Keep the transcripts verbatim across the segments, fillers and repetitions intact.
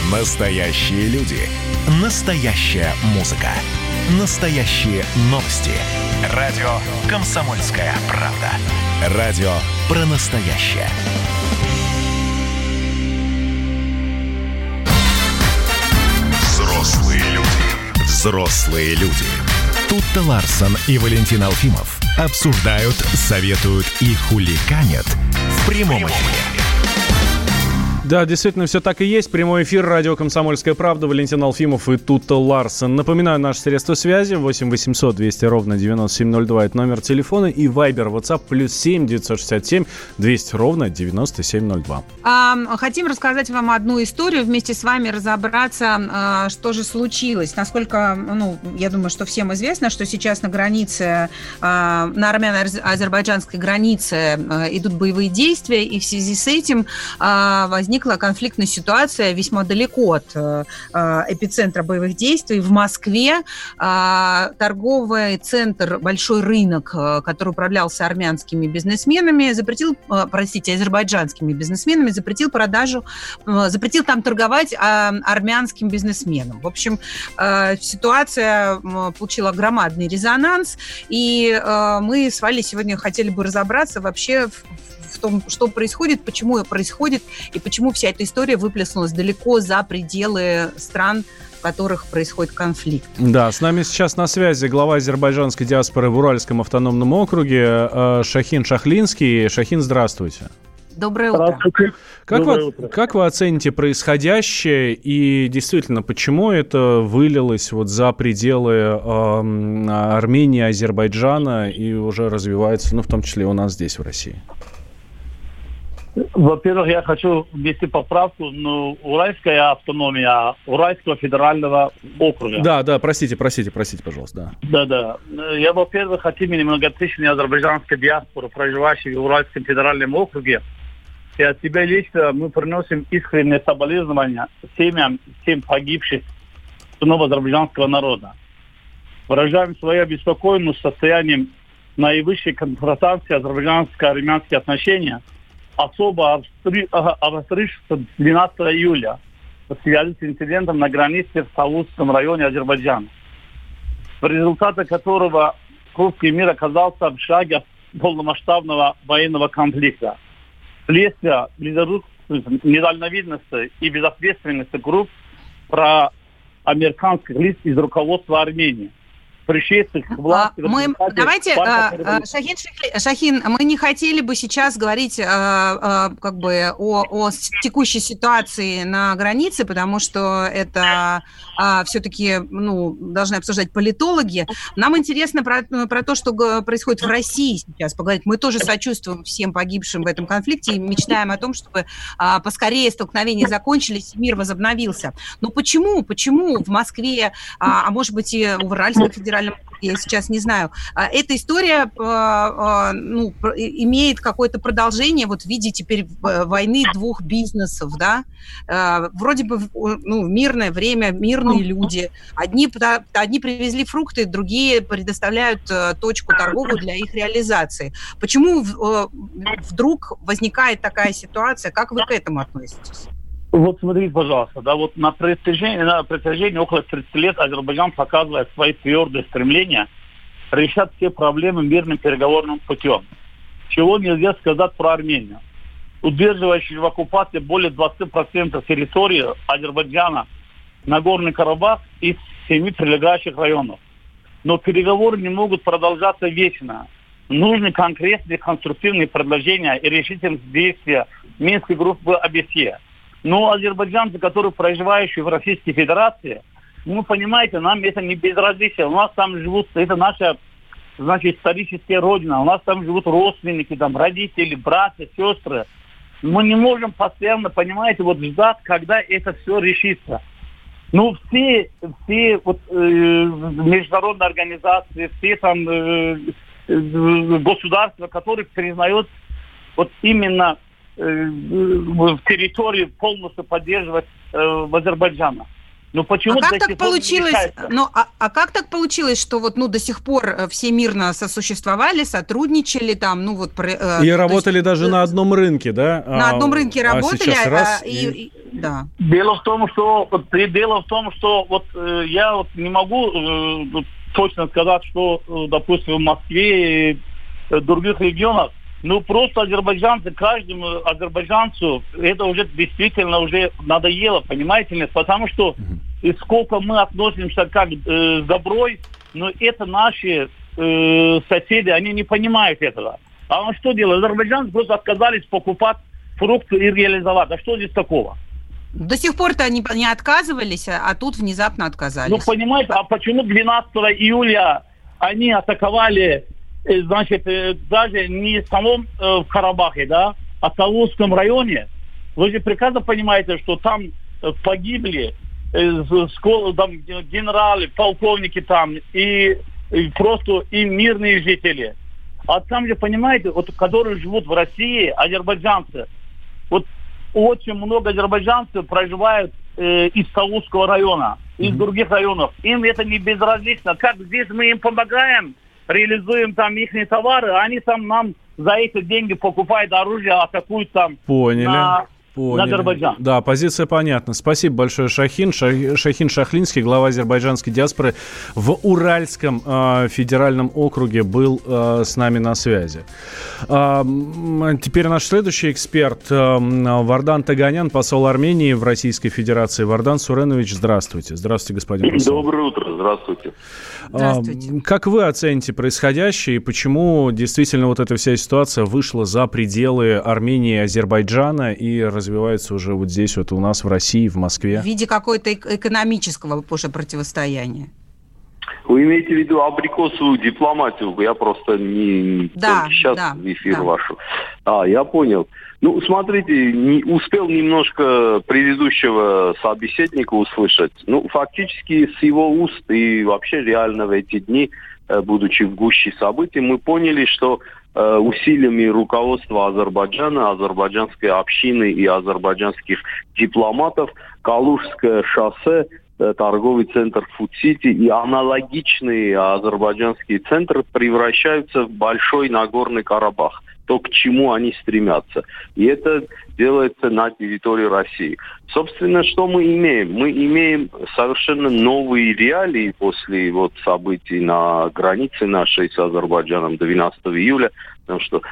Настоящие люди. Настоящая музыка. Настоящие новости. Радио «Комсомольская правда». Радио про настоящее. Взрослые люди. Взрослые люди. Тутта Ларсон и Валентин Алфимов обсуждают, советуют и хулиганят в прямом эфире. Да, действительно, все так и есть. Прямой эфир, радио «Комсомольская правда», Валентин Алфимов и Тутта Ларсон. Напоминаю, наши средства связи восемь восемьсот двести ровно девяносто семь ноль два, это номер телефона, и Вайбер, WhatsApp, плюс семь девятьсот шестьдесят семь двести ровно девяносто семь ноль два. А, хотим рассказать вам одну историю, вместе с вами разобраться, а, что же случилось. Насколько, ну, я думаю, что всем известно, что сейчас на границе, а, на армяно-азербайджанской границе а, идут боевые действия, и в связи с этим а, возник конфликтная ситуация весьма далеко от э, эпицентра боевых действий. В Москве э, торговый центр, большой рынок, э, который управлялся армянскими бизнесменами, запретил, э, простите, азербайджанскими бизнесменами, запретил продажу, э, запретил там торговать э, армянским бизнесменам. В общем, э, ситуация э, получила громадный резонанс, и э, мы с Валей сегодня хотели бы разобраться вообще в в том, что происходит, почему это происходит, и почему вся эта история выплеснулась далеко за пределы стран, в которых происходит конфликт. Да, с нами сейчас на связи глава азербайджанской диаспоры в Уральском автономном округе Шахин Шахлинский. Шахин, здравствуйте. Доброе утро. Как, Доброе вы, утро. Как вы оцените происходящее и действительно, почему это вылилось вот за пределы э, Армении, Азербайджана и уже развивается, ну, в том числе и у нас здесь, в России? Во-первых, я хочу внести поправку, но Уральская автономия Уральского федерального округа. Да, да, простите, простите, простите, пожалуйста. Да, да. да. Я, во-первых, от имени многотысячной азербайджанской диаспоры, проживающей в Уральском федеральном округе, и от себя лично мы приносим искреннее соболезнования семьям, всем погибших сынов азербайджанского народа. Выражаем свою обеспокоенность состоянием наивысшей конфронтации азербайджанско-армянские отношения, особо обострившись двенадцатого июля в связи с инцидентом на границе в Саудском районе Азербайджана, в результате которого русский мир оказался в шаге полномасштабного военного конфликта. Следствие недальновидности и безответственности групп проамериканских лиц из руководства Армении. А, мы, давайте, а, Шахин, Шахин, мы не хотели бы сейчас говорить а, а, как бы о, о текущей ситуации на границе, потому что это а, все-таки, ну, должны обсуждать политологи. Нам интересно про, про то, что происходит в России сейчас поговорить. Мы тоже сочувствуем всем погибшим в этом конфликте и мечтаем о том, чтобы а, поскорее столкновения закончились, мир возобновился. Но почему, почему в Москве, а, а может быть и в Уральском федеральном, я сейчас не знаю, эта история ну, имеет какое-то продолжение вот в виде теперь войны двух бизнесов, да? Вроде бы ну, мирное время, мирные люди. Одни, одни привезли фрукты, другие предоставляют точку торговую для их реализации. Почему вдруг возникает такая ситуация? Как вы к этому относитесь? Вот смотрите, пожалуйста, да, вот на протяжении, на протяжении около тридцати лет Азербайджан показывает свои твердые стремления решать все проблемы мирным переговорным путем. Чего нельзя сказать про Армению. Удерживающую в оккупации более двадцати процентов территории Азербайджана, Нагорный Карабах и семи прилегающих районов. Но переговоры не могут продолжаться вечно. Нужны конкретные конструктивные предложения и решительные действия Минской группы ОБСЕ. Но азербайджанцы, которые проживающие в Российской Федерации, ну, понимаете, нам это не безразличие. У нас там живут, это наша, значит, историческая родина. У нас там живут родственники, там, родители, братья, сестры. Мы не можем постоянно, понимаете, вот ждать, когда это все решится. Ну, все, все вот, э, международные организации, все там э, э, государства, которые признают вот именно в территории полностью поддерживать э, в Азербайджане. Ну почему а как так получилось? Ну, а, а как так получилось, что вот ну до сих пор все мирно сосуществовали, сотрудничали там, ну вот э, и работали есть, даже э, на одном рынке, да? На а, одном рынке а работали, а, раз, а, и, и, и, да. Дело в том, что дело в том, что вот э, я вот не могу э, точно сказать, что, э, допустим, в Москве и э, других регионах. Ну, просто азербайджанцы, каждому азербайджанцу это уже действительно уже надоело, понимаете ли? Потому что и сколько мы относимся как э, с доброй, но это наши э, соседи, они не понимают этого. А он что делает? Азербайджанцы просто отказались покупать фрукты и реализовать. А что здесь такого? До сих пор-то они не отказывались, а тут внезапно отказались. Ну, понимаете, а почему двенадцатого июля они атаковали... Значит, даже не в самом э, в Карабахе, да, а в Талузском районе. Вы же прекрасно понимаете, что там э, погибли э, скол, там, генералы, полковники там и, и просто и мирные жители. А там же, понимаете, вот, которые живут в России, азербайджанцы, вот очень много азербайджанцев проживают э, из Талузского района, из mm-hmm. других районов. Им это не безразлично. Как здесь мы им помогаем, реализуем там их товары, а они там нам за эти деньги покупают оружие, атакуют там Поняли. на, Поняли. на Азербайджан. Да, позиция понятна. Спасибо большое, Шахин. Шахин Шахлинский, глава азербайджанской диаспоры в Уральском э, федеральном округе, был э, с нами на связи. Э, теперь наш следующий эксперт э, Вардан Таганян, посол Армении в Российской Федерации. Вардан Суренович, здравствуйте. Здравствуйте, господин посол. Доброе утро, здравствуйте. Здравствуйте. Как вы оцените происходящее и почему действительно вот эта вся ситуация вышла за пределы Армении и Азербайджана и развивается уже вот здесь вот у нас в России, в Москве? В виде какой-то экономического уже противостояния? Вы имеете в виду абрикосовую дипломатию? Я просто не да, только сейчас да, в эфир да. вашу. А, я понял. Ну, смотрите, не успел немножко предыдущего собеседника услышать. Ну, фактически с его уст и вообще реально в эти дни, будучи в гуще событий, мы поняли, что э, усилиями руководства Азербайджана, азербайджанской общины и азербайджанских дипломатов Калужское шоссе, торговый центр Фуд-Сити и аналогичные азербайджанские центры превращаются в большой Нагорный Карабах. То, к чему они стремятся. И это делается на территории России. Собственно, что мы имеем? Мы имеем совершенно новые реалии после вот событий на границе нашей с Азербайджаном двенадцатого июля, потому что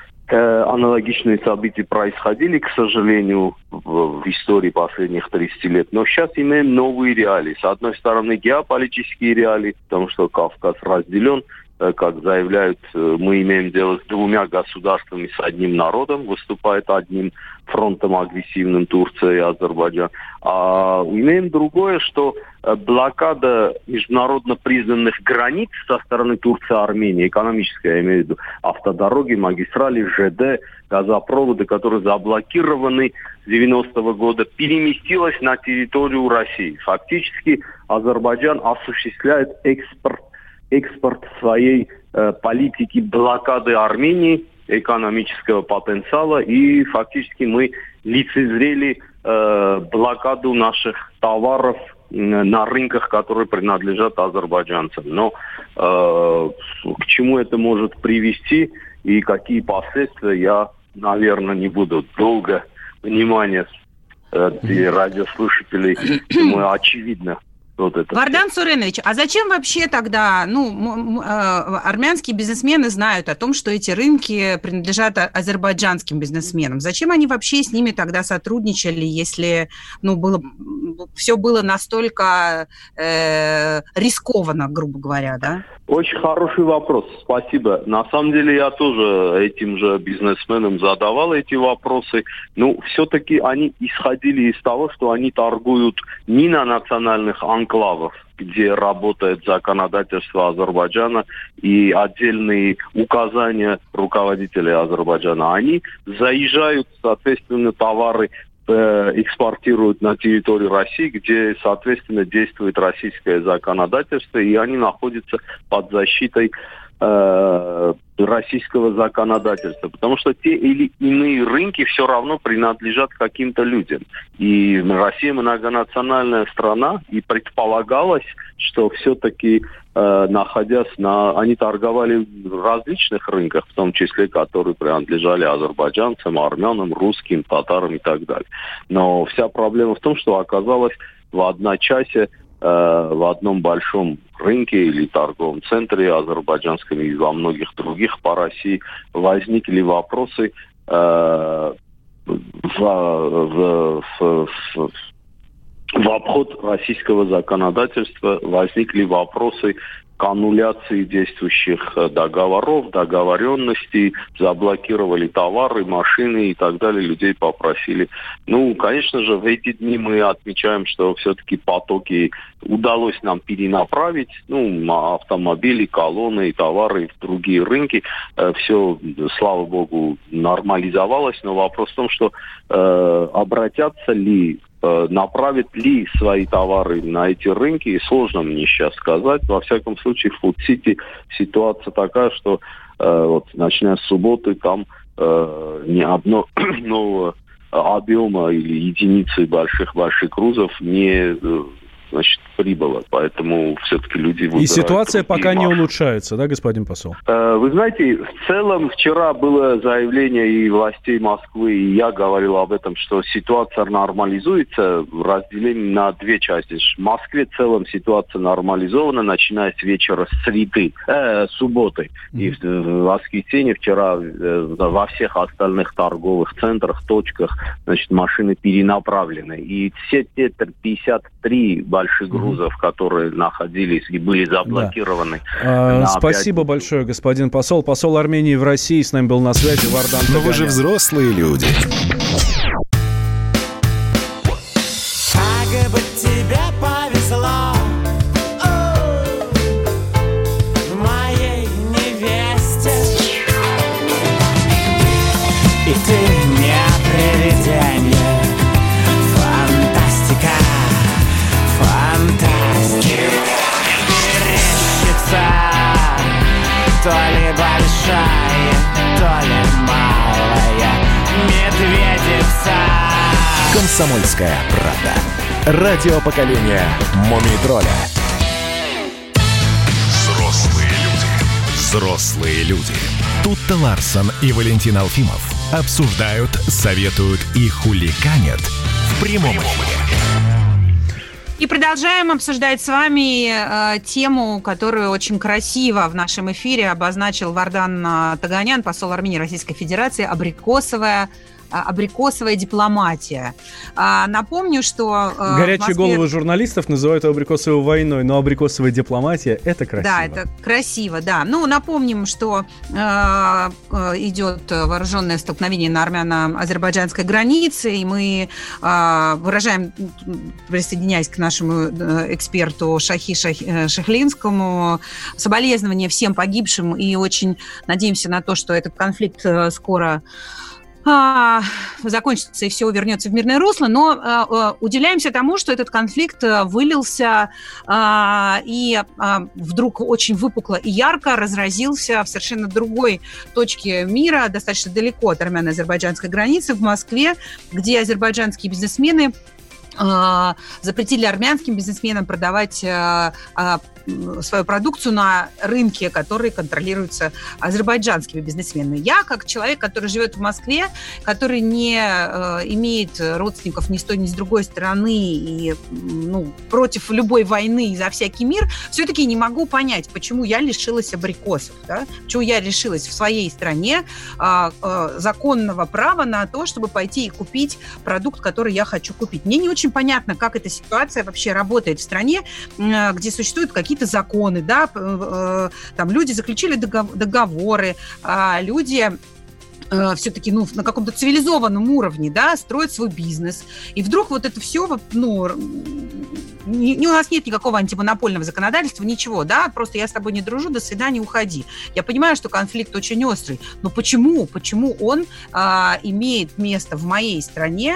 э, аналогичные события происходили, к сожалению, в, в истории последних тридцати лет. Но сейчас имеем новые реалии. С одной стороны, геополитические реалии, потому что Кавказ разделен. Как заявляют, мы имеем дело с двумя государствами, с одним народом, выступает одним фронтом агрессивным Турция и Азербайджан. А имеем другое, что блокада международно признанных границ со стороны Турции и Армении, экономическая, я имею в виду, автодороги, магистрали, ЖД, газопроводы, которые заблокированы с девяностого года, переместилась на территорию России. Фактически Азербайджан осуществляет экспорт экспорт своей э, политики блокады Армении, экономического потенциала, и фактически мы лицезрели э, блокаду наших товаров э, на рынках, которые принадлежат азербайджанцам. Но э, к чему это может привести и какие последствия, я, наверное, не буду долго внимания э, радиослушателей, думаю, очевидно. Вот это. Вардан Суренович, а зачем вообще тогда, ну, армянские бизнесмены знают о том, что эти рынки принадлежат азербайджанским бизнесменам? Зачем они вообще с ними тогда сотрудничали, если, ну, было, все было настолько э, рискованно, грубо говоря, да? Очень хороший вопрос, спасибо. На самом деле я тоже этим же бизнесменам задавал эти вопросы. Ну, все-таки они исходили из того, что они торгуют не на национальных анклавах, где работает законодательство Азербайджана и отдельные указания руководителей Азербайджана. Они заезжают, соответственно, товары экспортируют на территорию России, где, соответственно, действует российское законодательство, и они находятся под защитой э, российского законодательства, потому что те или иные рынки все равно принадлежат каким-то людям. И Россия многонациональная страна, и предполагалось, что все-таки э, находясь на... Они торговали в различных рынках, в том числе, которые принадлежали азербайджанцам, армянам, русским, татарам и так далее. Но вся проблема в том, что оказалось в одночасье в одном большом рынке или торговом центре азербайджанском и во многих других по России возникли вопросы э, в, в, в, в, в обход российского законодательства, возникли вопросы к аннуляции действующих договоров, договоренностей, заблокировали товары, машины и так далее, людей попросили. Ну, конечно же, в эти дни мы отмечаем, что все-таки потоки удалось нам перенаправить, ну, автомобили, колонны, товары в другие рынки. Все, слава богу, нормализовалось, но вопрос в том, что э, обратятся ли, направят ли свои товары на эти рынки, и сложно мне сейчас сказать. Во всяком случае, в Фуд-Сити ситуация такая, что э, вот, начиная с субботы там э, ни одно нового объема или единицы больших-больших грузов не... значит, прибыло. Поэтому все-таки люди выбирают... И ситуация пока не улучшается, да, господин посол? Вы знаете, в целом вчера было заявление и властей Москвы, и я говорил об этом, что ситуация нормализуется в разделении на две части. В Москве в целом ситуация нормализована, начиная с вечера среды, э, субботы. Mm-hmm. И в, в воскресенье вчера э, во всех остальных торговых центрах, точках, значит, машины перенаправлены. И все те пятьдесят три больших грузов, mm-hmm. которые находились и были заблокированы. Да. А, спасибо большое, господин посол. Посол Армении в России с нами был на связи. Вардан Таганян. Но вы же взрослые люди. Как бы тебе повезло моей невесте, и ты не привидение. Фантастика, фантастика. Мерещится то ли большая, то ли малая медведица. «Комсомольская правда». Радио поколения Мумий-тролля. Взрослые люди. Взрослые люди. Тут-то Ларсон и Валентин Алфимов обсуждают, советуют и хулиганят в прямом эфире. И продолжаем обсуждать с вами э, тему, которую очень красиво в нашем эфире обозначил Вардан Таганян, посол Армении Российской Федерации, абрикосовая абрикосовая дипломатия. А, напомню, что... Э, Горячие Москве... головы журналистов называют ее абрикосовой войной, но абрикосовая дипломатия — это красиво. Да, это красиво, да. Ну, напомним, что э, идет вооруженное столкновение на армяно-азербайджанской границе, и мы э, выражаем, присоединяясь к нашему эксперту Шахи Шахлинскому, соболезнования всем погибшим, и очень надеемся на то, что этот конфликт скоро А, закончится и все вернется в мирное русло, но а, удивляемся тому, что этот конфликт вылился а, и а, вдруг очень выпукло и ярко разразился в совершенно другой точке мира, достаточно далеко от армяно-азербайджанской границы, в Москве, где азербайджанские бизнесмены а, запретили армянским бизнесменам продавать а, а, свою продукцию на рынке, который контролируется азербайджанскими бизнесменами. Я, как человек, который живет в Москве, который не э, имеет родственников ни с той, ни с другой стороны и ну, против любой войны за всякий мир, все-таки не могу понять, почему я лишилась абрикосов, да? Почему я лишилась в своей стране э, э, законного права на то, чтобы пойти и купить продукт, который я хочу купить. Мне не очень понятно, как эта ситуация вообще работает в стране, э, где существуют какие-то какие-то законы, да, там люди заключили договоры, люди все-таки, ну, на каком-то цивилизованном уровне, да, строят свой бизнес. И вдруг вот это все, ну, не, не, у нас нет никакого антимонопольного законодательства, ничего, да, просто я с тобой не дружу, до свидания, уходи. Я понимаю, что конфликт очень острый, но почему, почему он а, имеет место в моей стране,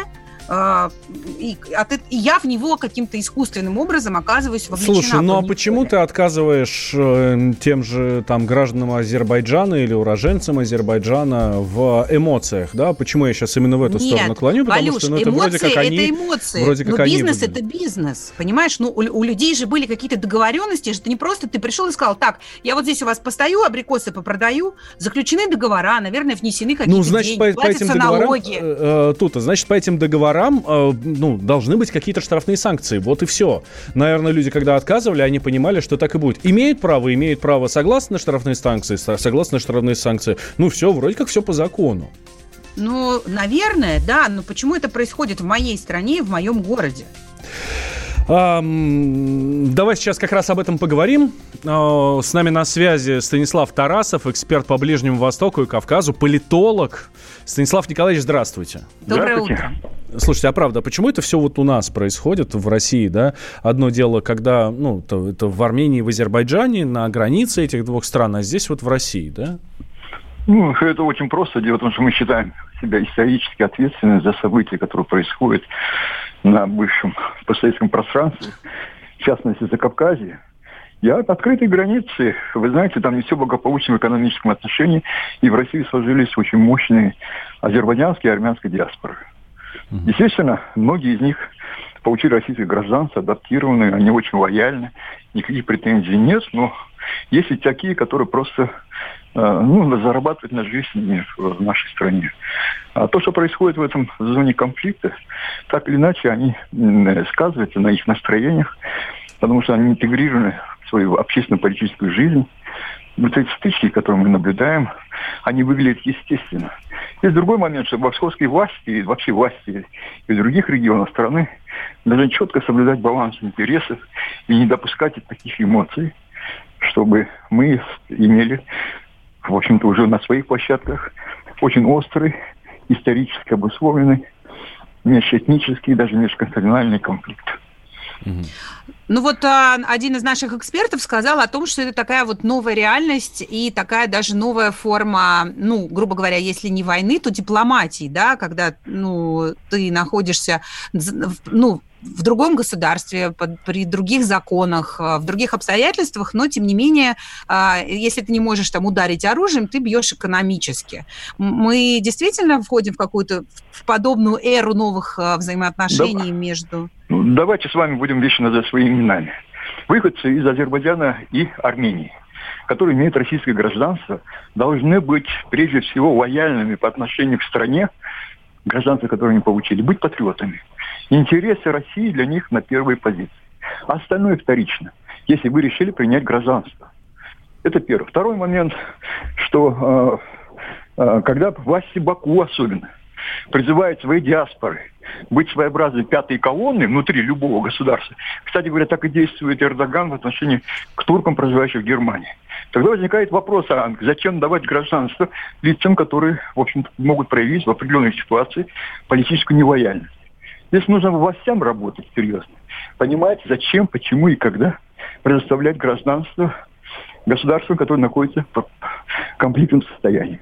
э, и, от, и я в него каким-то искусственным образом оказываюсь вовлечена. Слушай, ну а почему ты отказываешь э, тем же там гражданам Азербайджана или уроженцам Азербайджана в эмоциях, да? Почему я сейчас именно в эту Нет, сторону клоню? Потому Валюш, что ну, это вроде как они... это эмоции, вроде как но они бизнес выглядят. это бизнес, понимаешь? Ну, у, у людей же были какие-то договоренности, это не просто ты пришел и сказал, так, я вот здесь у вас постою, абрикосы попродаю, заключены договора, наверное, внесены какие-то ну, значит, деньги, по, по этим договорам, налоги. Э, э, тут, значит, по этим договорам э, ну, должны быть какие-то штрафные санкции, вот и все. Наверное, люди, когда отказывали, они понимали, что так и будет. Имеют право, имеют право, согласно штрафные санкции, согласно штрафные санкции, ну, все, вроде как все по закону. Ну, наверное, да, но почему это происходит в моей стране и в моем городе? А, давай сейчас как раз об этом поговорим. А, с нами на связи Станислав Тарасов, эксперт по Ближнему Востоку и Кавказу, политолог. Станислав Николаевич, здравствуйте. Доброе утро. Слушайте, а правда, почему это все вот у нас происходит, в России, да? Одно дело, когда, ну, это, это в Армении, в Азербайджане, на границе этих двух стран, а здесь вот в России, да? Ну, это очень просто. Дело в том, что мы считаем себя исторически ответственными за события, которые происходят на бывшем постсоветском пространстве, в частности, за Кавказе. И от открытой границы, вы знаете, там не все благополучно в экономическом отношении, и в России сложились очень мощные азербайджанские и армянские диаспоры. Естественно, многие из них получили российское гражданство, адаптированные, они очень лояльны, никаких претензий нет, но есть и такие, которые просто ну, зарабатывают на жизнь в нашей стране. А то, что происходит в этом зоне конфликта, так или иначе, они сказываются на их настроениях, потому что они интегрированы в свою общественно-политическую жизнь. Вот эти стычки, которые мы наблюдаем, они выглядят естественно. Есть другой момент, что московские власти и вообще власти из других регионов страны должны четко соблюдать баланс интересов и не допускать таких эмоций, чтобы мы имели, в общем-то, уже на своих площадках очень острый, исторически обусловленный, межэтнический, даже межконфессиональный конфликт. Ну вот а, один из наших экспертов сказал о том, что это такая вот новая реальность и такая даже новая форма, ну, грубо говоря, если не войны, то дипломатии, да, когда, ну, ты находишься, ну, в другом государстве, под, при других законах, в других обстоятельствах, но, тем не менее, если ты не можешь там ударить оружием, ты бьешь экономически. Мы действительно входим в какую-то в подобную эру новых взаимоотношений да. между... Ну, давайте с вами будем вещи называть своими именами. Выходцы из Азербайджана и Армении, которые имеют российское гражданство, должны быть прежде всего лояльными по отношению к стране, гражданство, которое они получили, быть патриотами. Интересы России для них на первой позиции. А остальное вторично, если вы решили принять гражданство. Это первый. Второй момент, что э, э, когда власти Баку особенно призывают свои диаспоры быть своеобразной пятой колонной внутри любого государства. Кстати говоря, так и действует Эрдоган в отношении к туркам, проживающим в Германии. Тогда возникает вопрос, а зачем давать гражданство лицам, которые, в общем-то, могут проявить в определенной ситуации политическую нелояльность. Здесь нужно властям работать серьезно. Понимать, зачем, почему и когда предоставлять гражданство государству, которое находится в конфликтном состоянии.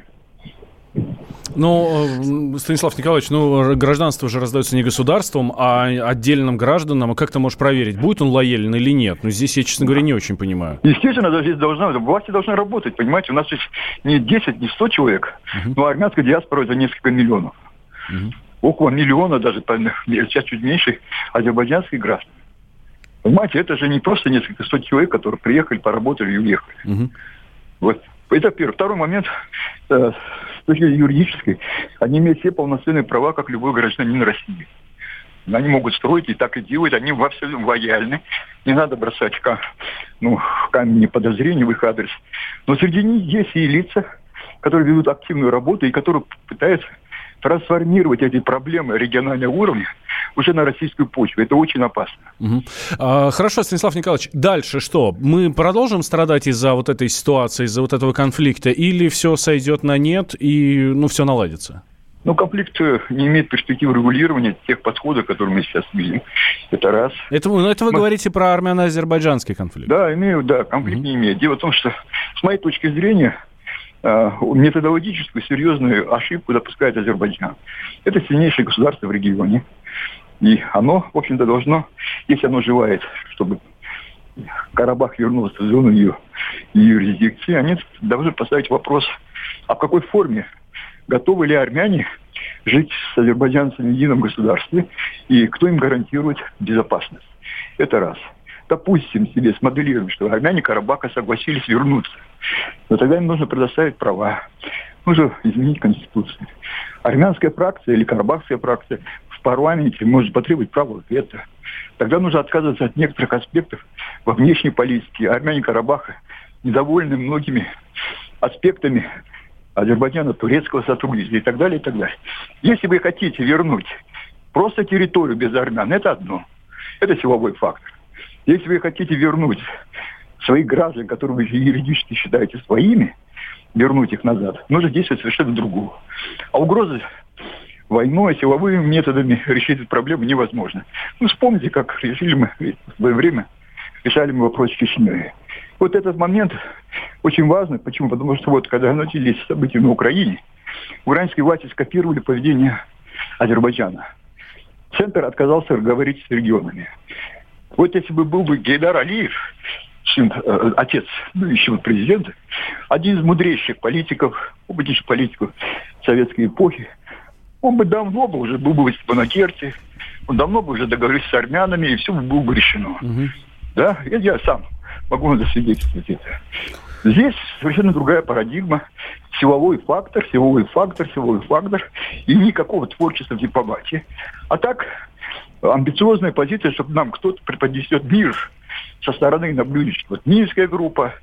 Ну, Станислав Николаевич, ну, гражданство же раздается не государством, а отдельным гражданам. А как ты можешь проверить, будет он лоялен или нет? Ну, здесь я, честно говоря, не очень понимаю. Естественно, здесь должна, власти должны работать, понимаете? У нас здесь не десять, не сто человек, uh-huh. но армянская диаспора это несколько миллионов. Uh-huh. Около миллиона, даже сейчас чуть меньше, азербайджанских граждан. Понимаете, это же не просто несколько сот человек, которые приехали, поработали и уехали. Uh-huh. Вот. Это первый. Второй момент, э, с точки зрения юридической, они имеют все полноценные права, как любой гражданин России. Они могут строить и так и делать, они абсолютно лояльны. Не надо бросать ну, камни подозрений в их адрес. Но среди них есть и лица, которые ведут активную работу и которые пытаются трансформировать эти проблемы регионального уровня уже на российскую почву. Это очень опасно. Угу. А, хорошо, Станислав Николаевич, дальше что? Мы продолжим страдать из-за вот этой ситуации, из-за вот этого конфликта, или все сойдет на нет и ну, все наладится? Ну, конфликт не имеет перспективы регулирования тех подходов, которые мы сейчас видим. Это раз. Это, ну, это вы мы... говорите про армяно-азербайджанский конфликт? Да, имею, да, конфликт угу. не имеет. Дело в том, что, с моей точки зрения, методологическую серьезную ошибку допускает Азербайджан. Это сильнейшее государство в регионе. И оно, в общем-то, должно, если оно желает, чтобы Карабах вернулся в зону ее юрисдикции, они должны поставить вопрос, а в какой форме готовы ли армяне жить с азербайджанцами в едином государстве, и кто им гарантирует безопасность. Это раз. Допустим, себе смоделируем, что армяне Карабаха согласились вернуться. Но тогда им нужно предоставить права. Нужно изменить Конституцию. Армянская фракция или карабахская фракция в парламенте может потребовать права вето. Тогда нужно отказываться от некоторых аспектов во внешней политике. Армяне Карабаха недовольны многими аспектами Азербайджана-турецкого сотрудничества и так далее, и так далее. Если вы хотите вернуть просто территорию без армян, это одно. Это силовой фактор. Если вы хотите вернуть своих граждан, которые вы юридически считаете своими, вернуть их назад, нужно действовать совершенно другого. А угрозы войной, силовыми методами решить эту проблему невозможно. Ну, вспомните, как решили мы в свое время, решали мы вопрос с Чечней. Вот этот момент очень важный. Почему? Потому что вот, когда начались события на Украине, украинские власти скопировали поведение Азербайджана. Центр отказался говорить с регионами. Вот если бы был бы Гейдар Алиев, сын, э, отец будущего президента, один из мудрейших политиков, опытнейших политиков советской эпохи, он бы давно бы уже был бы в Степанакерте, он давно бы уже договорился с армянами, и все было бы решено. Угу. Да, я, я сам могу вам засвидетельствовать это. Здесь совершенно другая парадигма. Силовой фактор, силовой фактор, силовой фактор. И никакого творчества в дипломатии. А так, амбициозная позиция, чтобы нам кто-то преподнесет мир со стороны на блюдечке. Вот Минская группа,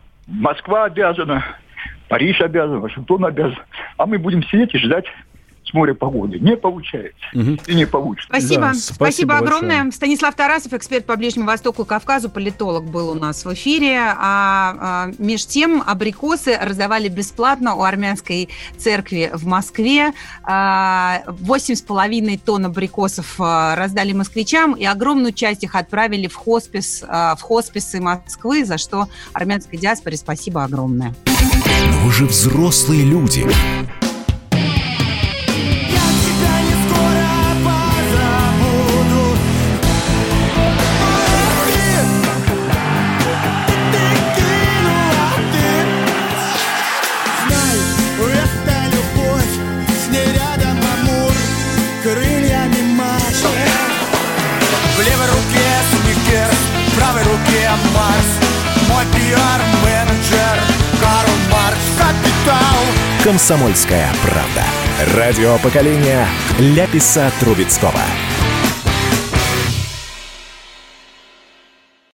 Москва обязана, Париж обязан, Вашингтон обязан. А мы будем сидеть и ждать с моря погоды. Не получается. Угу. И не получится. Спасибо. Да, спасибо, спасибо огромное. Большое. Станислав Тарасов, эксперт по Ближнему Востоку и Кавказу, политолог, был у нас в эфире. А, а меж тем абрикосы раздавали бесплатно у армянской церкви в Москве. Восемь с половиной тонн абрикосов раздали москвичам, и огромную часть их отправили в хоспис, в хосписы Москвы, за что армянской диаспоре спасибо огромное. Но вы же взрослые люди. Марс, мой пиар-менеджер Карл Маркс, капитал. Комсомольская правда. Радио поколения Ляписа Трубецкого.